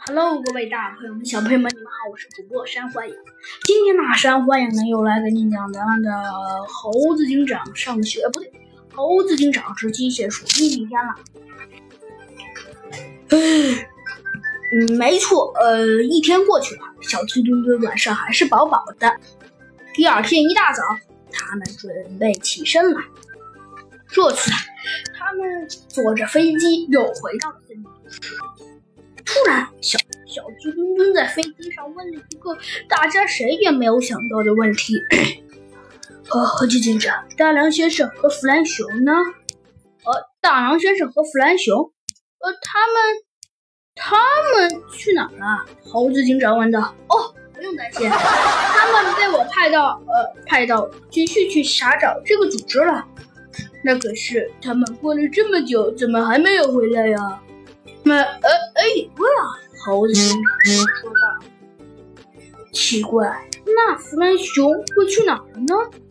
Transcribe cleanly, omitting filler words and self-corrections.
Hello，各位大朋友们、小朋友们，你们好，我是主播山欢迎。今天呢，山欢迎呢又来给你讲咱们的猴子警长上学，不对，猴子警长是机械鼠第几天了？没错，一天过去了，小鸡墩墩晚上还是饱饱的。第二天一大早，他们准备起身了。这次，他们坐着飞机又回到了森林都市。突然，小鸡墩墩在飞机上问了一个大家谁也没有想到的问题：猴子警长，大狼先生和弗兰熊呢？大狼先生和弗兰熊，他们去哪儿了？猴子警长问道。不用担心，他们被我派到继续去查找这个组织了。那可是他们过了这么久，怎么还没有回来呀？对啊，猴子警长说道。奇怪，那弗兰熊会去哪儿呢？